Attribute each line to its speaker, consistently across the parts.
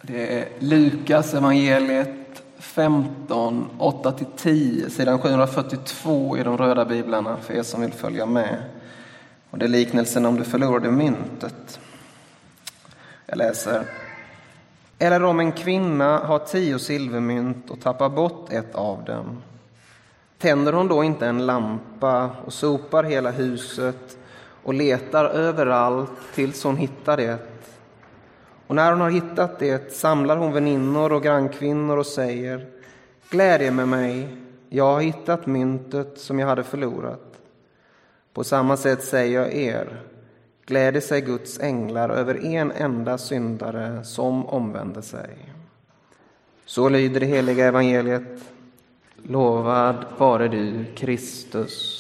Speaker 1: Det är Lukas evangeliet 15, 8-10, sidan 742 i de röda biblarna för er som vill följa med. Och det är liknelsen om det förlorade myntet. Jag läser. Eller om en kvinna har 10 silvermynt och tappar bort ett av dem. Tänder hon då inte en lampa och sopar hela huset och letar överallt tills hon hittar det? Och när hon har hittat det samlar hon väninnor och grannkvinnor och säger: Glädje med mig, jag har hittat myntet som jag hade förlorat. På samma sätt säger jag er, glädjer sig Guds änglar över en enda syndare som omvänder sig. Så lyder det heliga evangeliet. Lovad vare du, Kristus.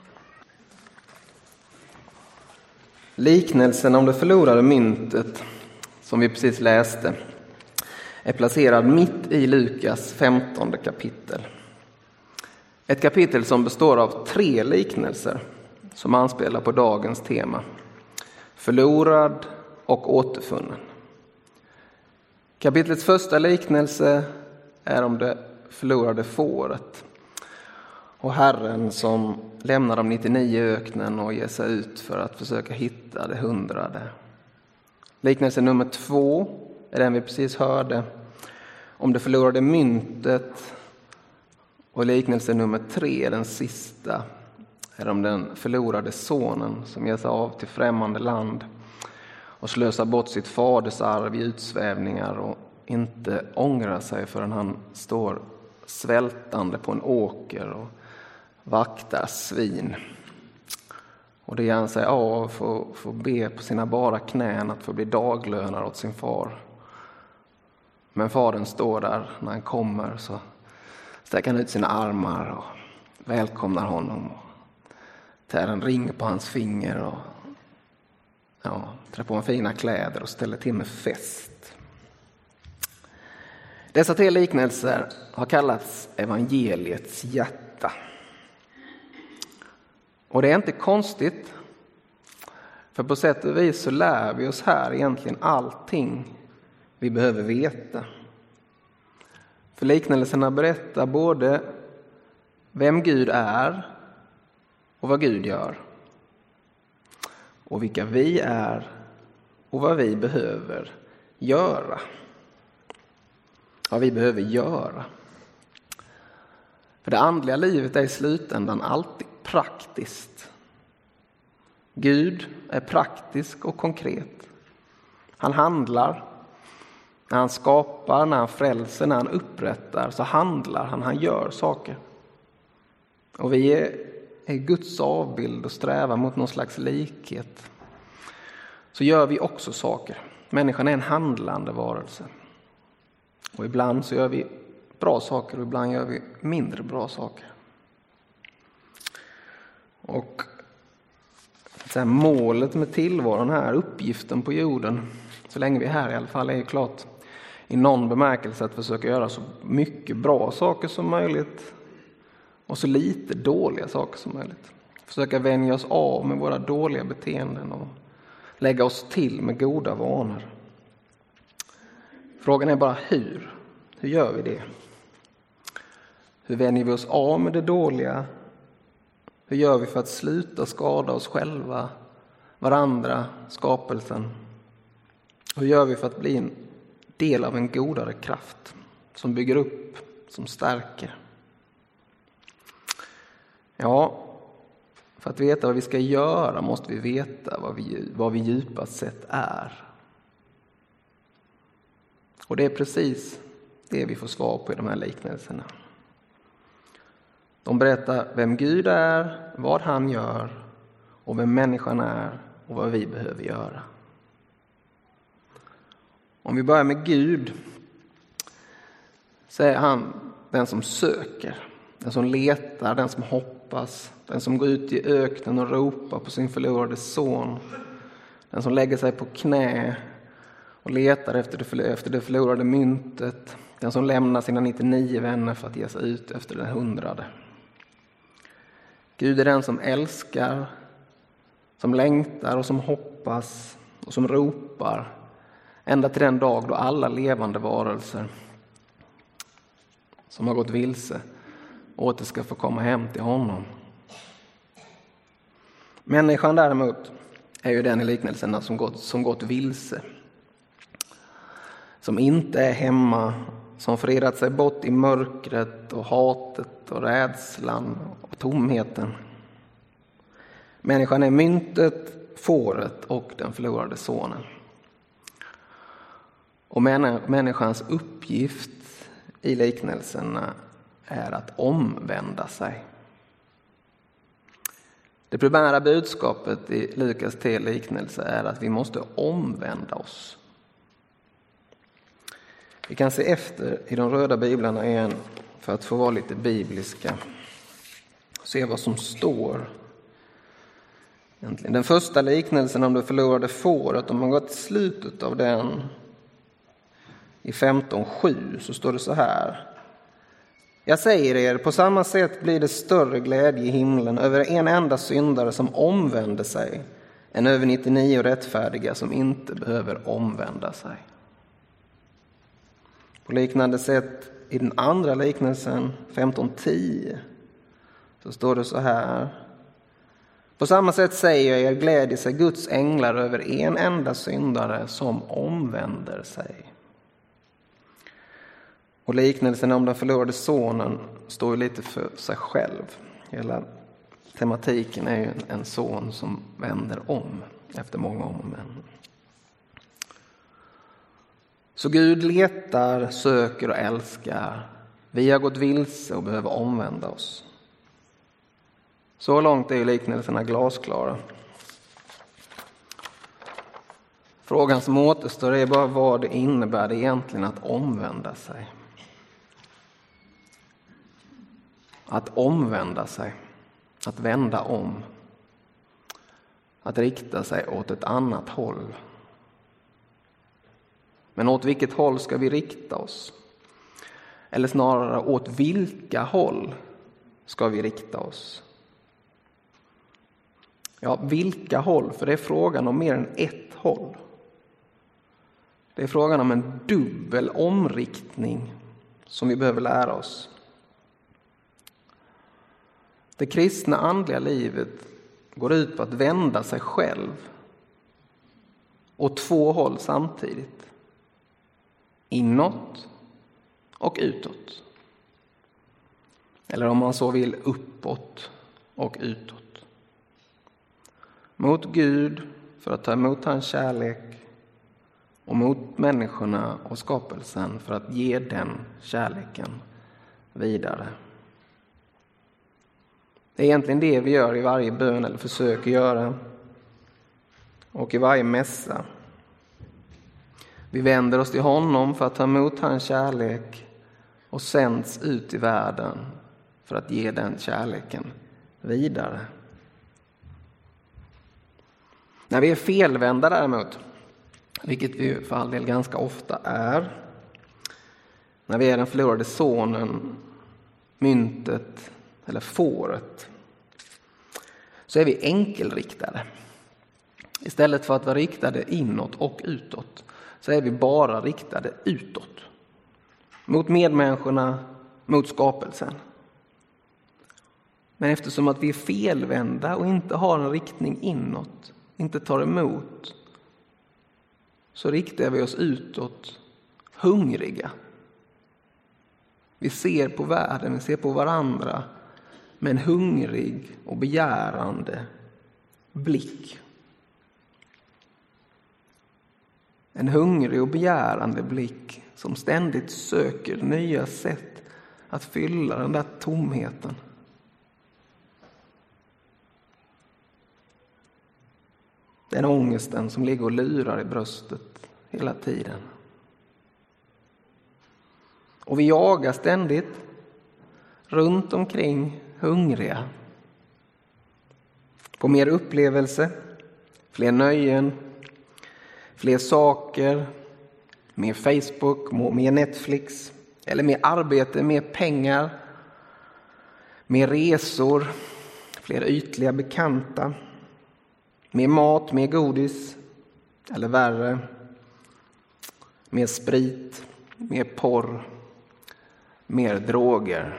Speaker 1: Liknelsen om det förlorade myntet som vi precis läste är placerad mitt i Lukas 15 kapitel. Ett kapitel som består av 3 liknelser som anspelar på dagens tema. Förlorad och återfunnen. Kapitlets första liknelse är om det förlorade fåret och Herren som lämnar de 99 i öknen och ger sig ut för att försöka hitta det 100:e. Liknelse nummer 2 är den vi precis hörde om det förlorade myntet, och liknelse nummer 3, den sista, är om den förlorade sonen som ger sig av till främmande land och slösar bort sitt fadersarv i utsvävningar och inte ångrar sig förrän han står svältande på en åker och vaktar svin. Och det gör han sig av för att be på sina bara knän att få bli daglönare åt sin far. Men fadern står där när han kommer, så sträcker han ut sina armar och välkomnar honom. Tär en ring på hans finger och trär på en fina kläder och ställer till med fest. Dessa 3 liknelser har kallats evangeliets hjärta. Och det är inte konstigt, för på sätt och vis så lär vi oss här egentligen allting vi behöver veta. För liknelserna berättar både vem Gud är och vad Gud gör. Och vilka vi är och vad vi behöver göra. Vad vi behöver göra. För det andliga livet är i slutändan alltid praktiskt. Gud är praktisk och konkret. Han handlar. När han skapar, när han frälser, när han upprättar, så handlar han. Han gör saker. Och vi är Guds avbild och strävar mot någon slags likhet. Så gör vi också saker. Människan är en handlande varelse. Och ibland så gör vi bra saker och ibland gör vi mindre bra saker. Och målet med tillvaron här, uppgiften på jorden, så länge vi är här i alla fall, är ju klart i någon bemärkelse att försöka göra så mycket bra saker som möjligt och så lite dåliga saker som möjligt. Försöka vänja oss av med våra dåliga beteenden och lägga oss till med goda vanor. Frågan är bara hur. Hur gör vi det? Hur vänjer vi oss av med det dåliga? Hur gör vi för att sluta skada oss själva, varandra, skapelsen? Hur gör vi för att bli en del av en godare kraft som bygger upp, som stärker? Ja, för att veta vad vi ska göra måste vi veta vad vi djupast sett är. Och det är precis det vi får svar på i de här liknelserna. De berättar vem Gud är, vad han gör och vem människan är och vad vi behöver göra. Om vi börjar med Gud så är han den som söker, den som letar, den som hoppas, den som går ut i öknen och ropar på sin förlorade son, den som lägger sig på knä och letar efter det förlorade myntet, den som lämnar sina 99 vänner för att ge sig ut efter den 100:e. Gud är den som älskar, som längtar och som hoppas och som ropar Ända till den dag då alla levande varelser som har gått vilse åter ska få komma hem till honom. Människan däremot är ju den i liknelserna som gått vilse. Som inte är hemma, som förirrat sig bort i mörkret och hatet och rädslan och tomheten. Människan är myntet, fåret och den förlorade sonen. Och människans uppgift i liknelserna är att omvända sig. Det primära budskapet i Lukas 3 liknelse är att vi måste omvända oss. Vi kan se efter i de röda biblarna igen för att få vara lite bibliska. Se vad som står. Den första liknelsen om det förlorade fåret, om man går till slutet av den i 15:7 så står det så här. Jag säger er, på samma sätt blir det större glädje i himlen över en enda syndare som omvänder sig än över 99 rättfärdiga som inte behöver omvända sig. På liknande sätt i den andra liknelsen 15:10 så står det så här. På samma sätt säger jag er, glädjer sig Guds änglar över en enda syndare som omvänder sig. Och liknelsen om den förlorade sonen står ju lite för sig själv. Hela tematiken är ju en son som vänder om efter många om och men. Så Gud letar, söker och älskar. Vi har gått vilse och behöver omvända oss. Så långt är ju liknelserna glasklara. Frågan som återstår är bara vad det innebär egentligen att omvända sig. Att omvända sig, att vända om, att rikta sig åt ett annat håll. Men åt vilket håll ska vi rikta oss? Eller snarare åt vilka håll ska vi rikta oss? Ja, vilka håll? För det är frågan om mer än ett håll. Det är frågan om en dubbel omriktning som vi behöver lära oss. Det kristna andliga livet går ut på att vända sig själv åt två håll samtidigt. Inåt och utåt. Eller om man så vill, uppåt och utåt. Mot Gud för att ta emot hans kärlek och mot människorna och skapelsen för att ge den kärleken vidare. Det är egentligen det vi gör i varje bön eller försöker göra och i varje mässa. Vi vänder oss till honom för att ta emot hans kärlek och sänds ut i världen för att ge den kärleken vidare. När vi är felvända däremot, vilket vi för all del ganska ofta är, när vi är den förlorade sonen, myntet eller fåret, så är vi enkelriktade. Istället för att vara riktade inåt och utåt så är vi bara riktade utåt. Mot medmänniskorna, mot skapelsen. Men eftersom att vi är felvända och inte har en riktning inåt, inte tar emot, så riktar vi oss utåt hungriga. Vi ser på världen, vi ser på varandra med en hungrig och begärande blick. En hungrig och begärande blick som ständigt söker nya sätt att fylla den där tomheten. Den ångesten som ligger och lurar i bröstet hela tiden. Och vi jagar ständigt runt omkring hungriga. På mer upplevelse, fler nöjen, fler saker, mer Facebook, mer Netflix, eller mer arbete, mer pengar, mer resor, fler ytliga bekanta, mer mat, mer godis, eller värre, mer sprit, mer porr, mer droger.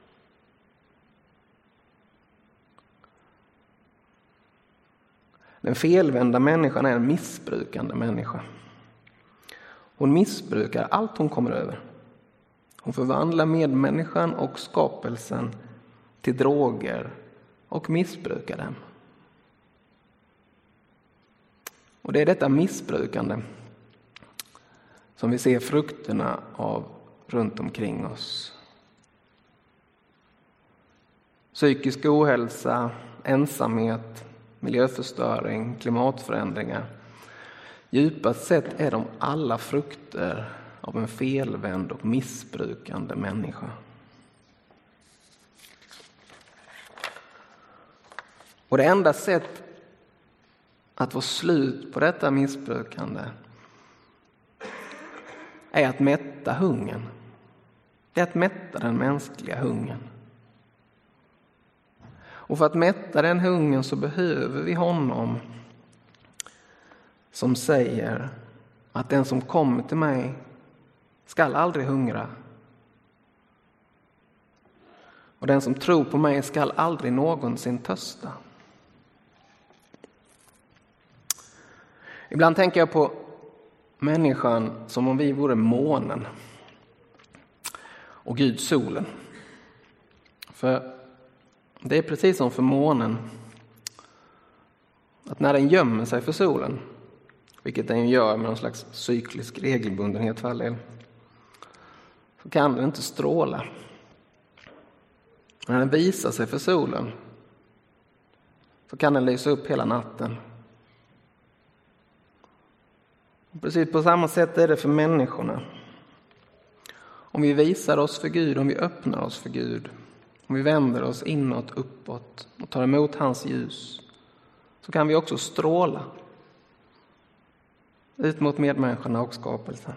Speaker 1: Den felvända människan är en missbrukande människa. Hon missbrukar allt hon kommer över. Hon förvandlar medmänniskan och skapelsen till droger och missbrukar dem. Och det är detta missbrukande som vi ser frukterna av runt omkring oss. Psykisk ohälsa, ensamhet, miljöförstöring, klimatförändringar. Djupast sett är de alla frukter av en felvänd och missbrukande människa. Och det enda sätt att få slut på detta missbrukande är att mätta hungern. Det är att mätta den mänskliga hungern. Och för att mätta den hungern så behöver vi honom som säger att den som kommer till mig skall aldrig hungra. Och den som tror på mig skall aldrig någonsin törsta. Ibland tänker jag på människan som om vi vore månen och Gud solen. För det är precis som för månen, att när den gömmer sig för solen, vilket den gör med någon slags cyklisk regelbundenhet för all del, så kan den inte stråla. När den visar sig för solen så kan den lysa upp hela natten. Och precis på samma sätt är det för människorna. Om vi visar oss för Gud, om vi öppnar oss för Gud, om vi vänder oss inåt, uppåt och tar emot hans ljus, så kan vi också stråla ut mot medmänniskorna och skapelsen.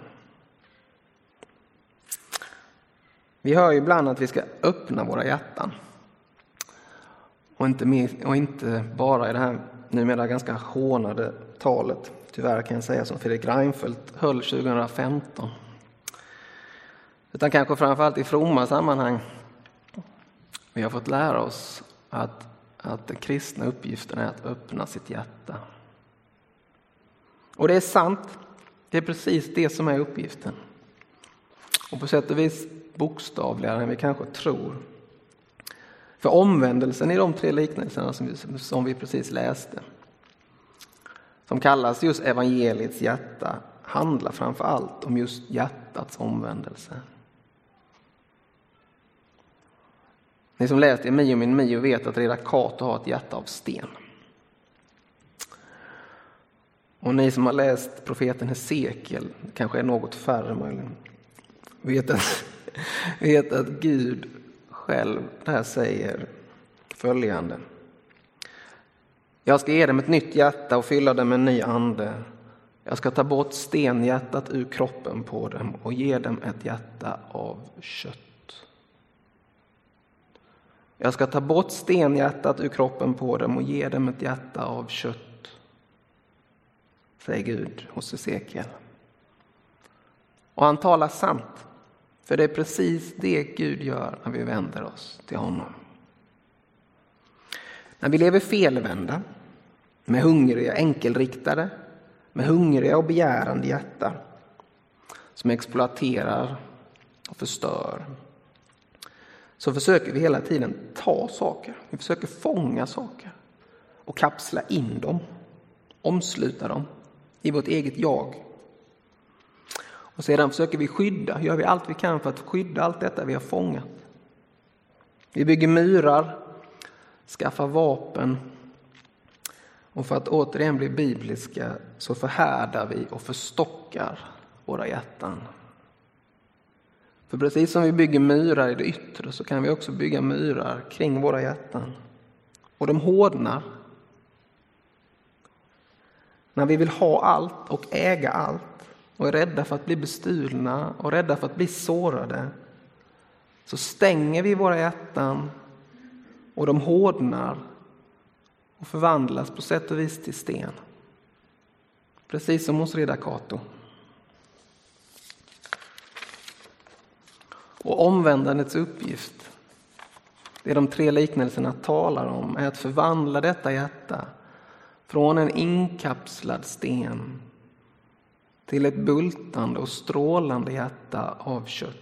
Speaker 1: Vi hör ju ibland att vi ska öppna våra hjärtan. Och inte bara i det här numera ganska hånade talet, tyvärr kan jag säga, som Fredrik Reinfeldt höll 2015. Utan kanske framförallt i fromma sammanhang. Vi har fått lära oss att den kristna uppgiften är att öppna sitt hjärta. Och det är sant. Det är precis det som är uppgiften. Och på sätt och vis bokstavligare än vi kanske tror. För omvändelsen i de 3 liknelserna som vi precis läste, som kallas just evangeliets hjärta, handlar framför allt om just hjärtats omvändelse. Ni som läst i Mio min Mio vet att Reda Cato har ett hjärta av sten. Och ni som har läst profeten Hesekiel, kanske är något färre möjligen, vet att Gud själv där säger följande: jag ska ge dem ett nytt hjärta och fylla dem med en ny ande. Jag ska ta bort stenhjärtat ur kroppen på dem och ge dem ett hjärta av kött. Jag ska ta bort stenhjärtat ur kroppen på dem och ge dem ett hjärta av kött, säger Gud hos Hesekiel. Och han talar sant, för det är precis det Gud gör när vi vänder oss till honom. När vi lever felvända, med hungriga enkelriktade, med hungriga och begärande hjärta, som exploaterar och förstör, så försöker vi hela tiden ta saker. Vi försöker fånga saker och kapsla in dem, omsluta dem i vårt eget jag. Och sedan försöker vi gör vi allt vi kan för att skydda allt detta vi har fångat. Vi bygger murar, skaffar vapen, och för att återigen bli bibliska så förhärdar vi och förstockar våra hjärtan. För precis som vi bygger murar i det yttre så kan vi också bygga murar kring våra hjärtan. Och de hårdnar. När vi vill ha allt och äga allt och är rädda för att bli bestulna och rädda för att bli sårade, så stänger vi våra hjärtan och de hårdnar och förvandlas på sätt och vis till sten. Precis som hos Reda Cato. Och omvändandets uppgift, det de 3 liknelserna talar om, är att förvandla detta hjärta från en inkapslad sten till ett bultande och strålande hjärta av kött.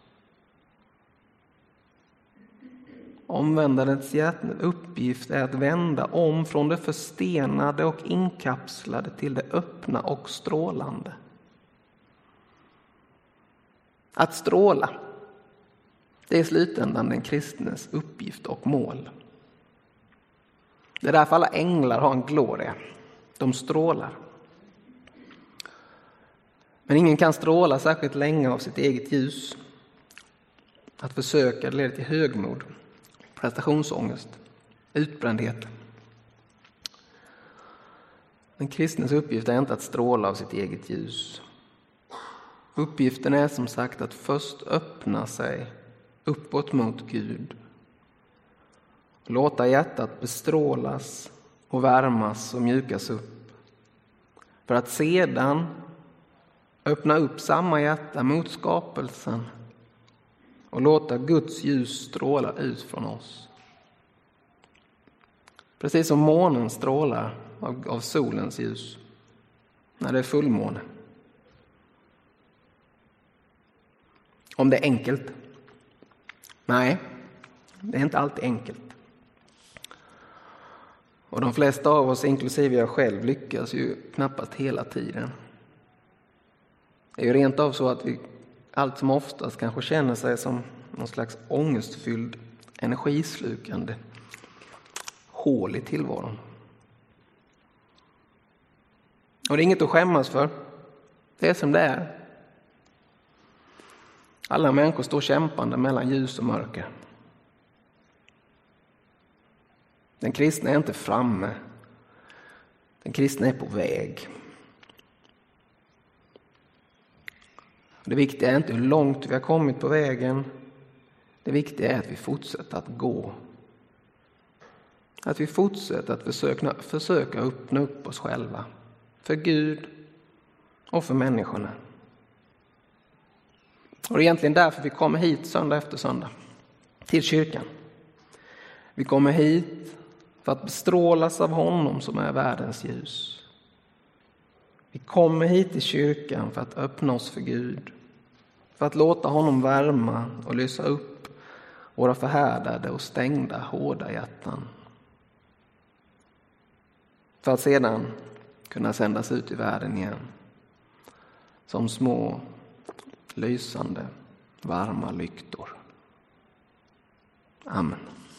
Speaker 1: Omvändandets uppgift är att vända om från det förstenade och inkapslade till det öppna och strålande. Att stråla, det är i slutändan den kristnes uppgift och mål. Det är därför alla änglar har en gloria. De strålar. Men ingen kan stråla särskilt länge av sitt eget ljus. Att försöka leder till högmod, prestationsångest, utbrändhet. Den kristnes uppgift är inte att stråla av sitt eget ljus. Uppgiften är som sagt att först öppna sig uppåt mot Gud. Låta hjärtat bestrålas och värmas och mjukas upp. För att sedan öppna upp samma hjärta mot skapelsen och låta Guds ljus stråla ut från oss. Precis som månen strålar av solens ljus när det är fullmåne. Om det är enkelt? Nej, det är inte alltid enkelt. Och de flesta av oss, inklusive jag själv, lyckas ju knappast hela tiden. Det är ju rent av så att vi allt som oftast kanske känner sig som någon slags ångestfylld, energislukande hål i tillvaron. Och det är inget att skämmas för. Det är som det är. Alla människor står kämpande mellan ljus och mörker. Den kristna är inte framme. Den kristna är på väg. Det viktiga är inte hur långt vi har kommit på vägen. Det viktiga är att vi fortsätter att gå. Att vi fortsätter att försöka öppna upp oss själva. För Gud och för människorna. Och det är egentligen därför vi kommer hit söndag efter söndag. Till kyrkan. Vi kommer hit för att bestrålas av honom som är världens ljus. Vi kommer hit till kyrkan för att öppna oss för Gud. För att låta honom värma och lysa upp våra förhärdade och stängda hårda hjärtan. För att sedan kunna sändas ut i världen igen. Som små, lysande, varma lyktor. Amen.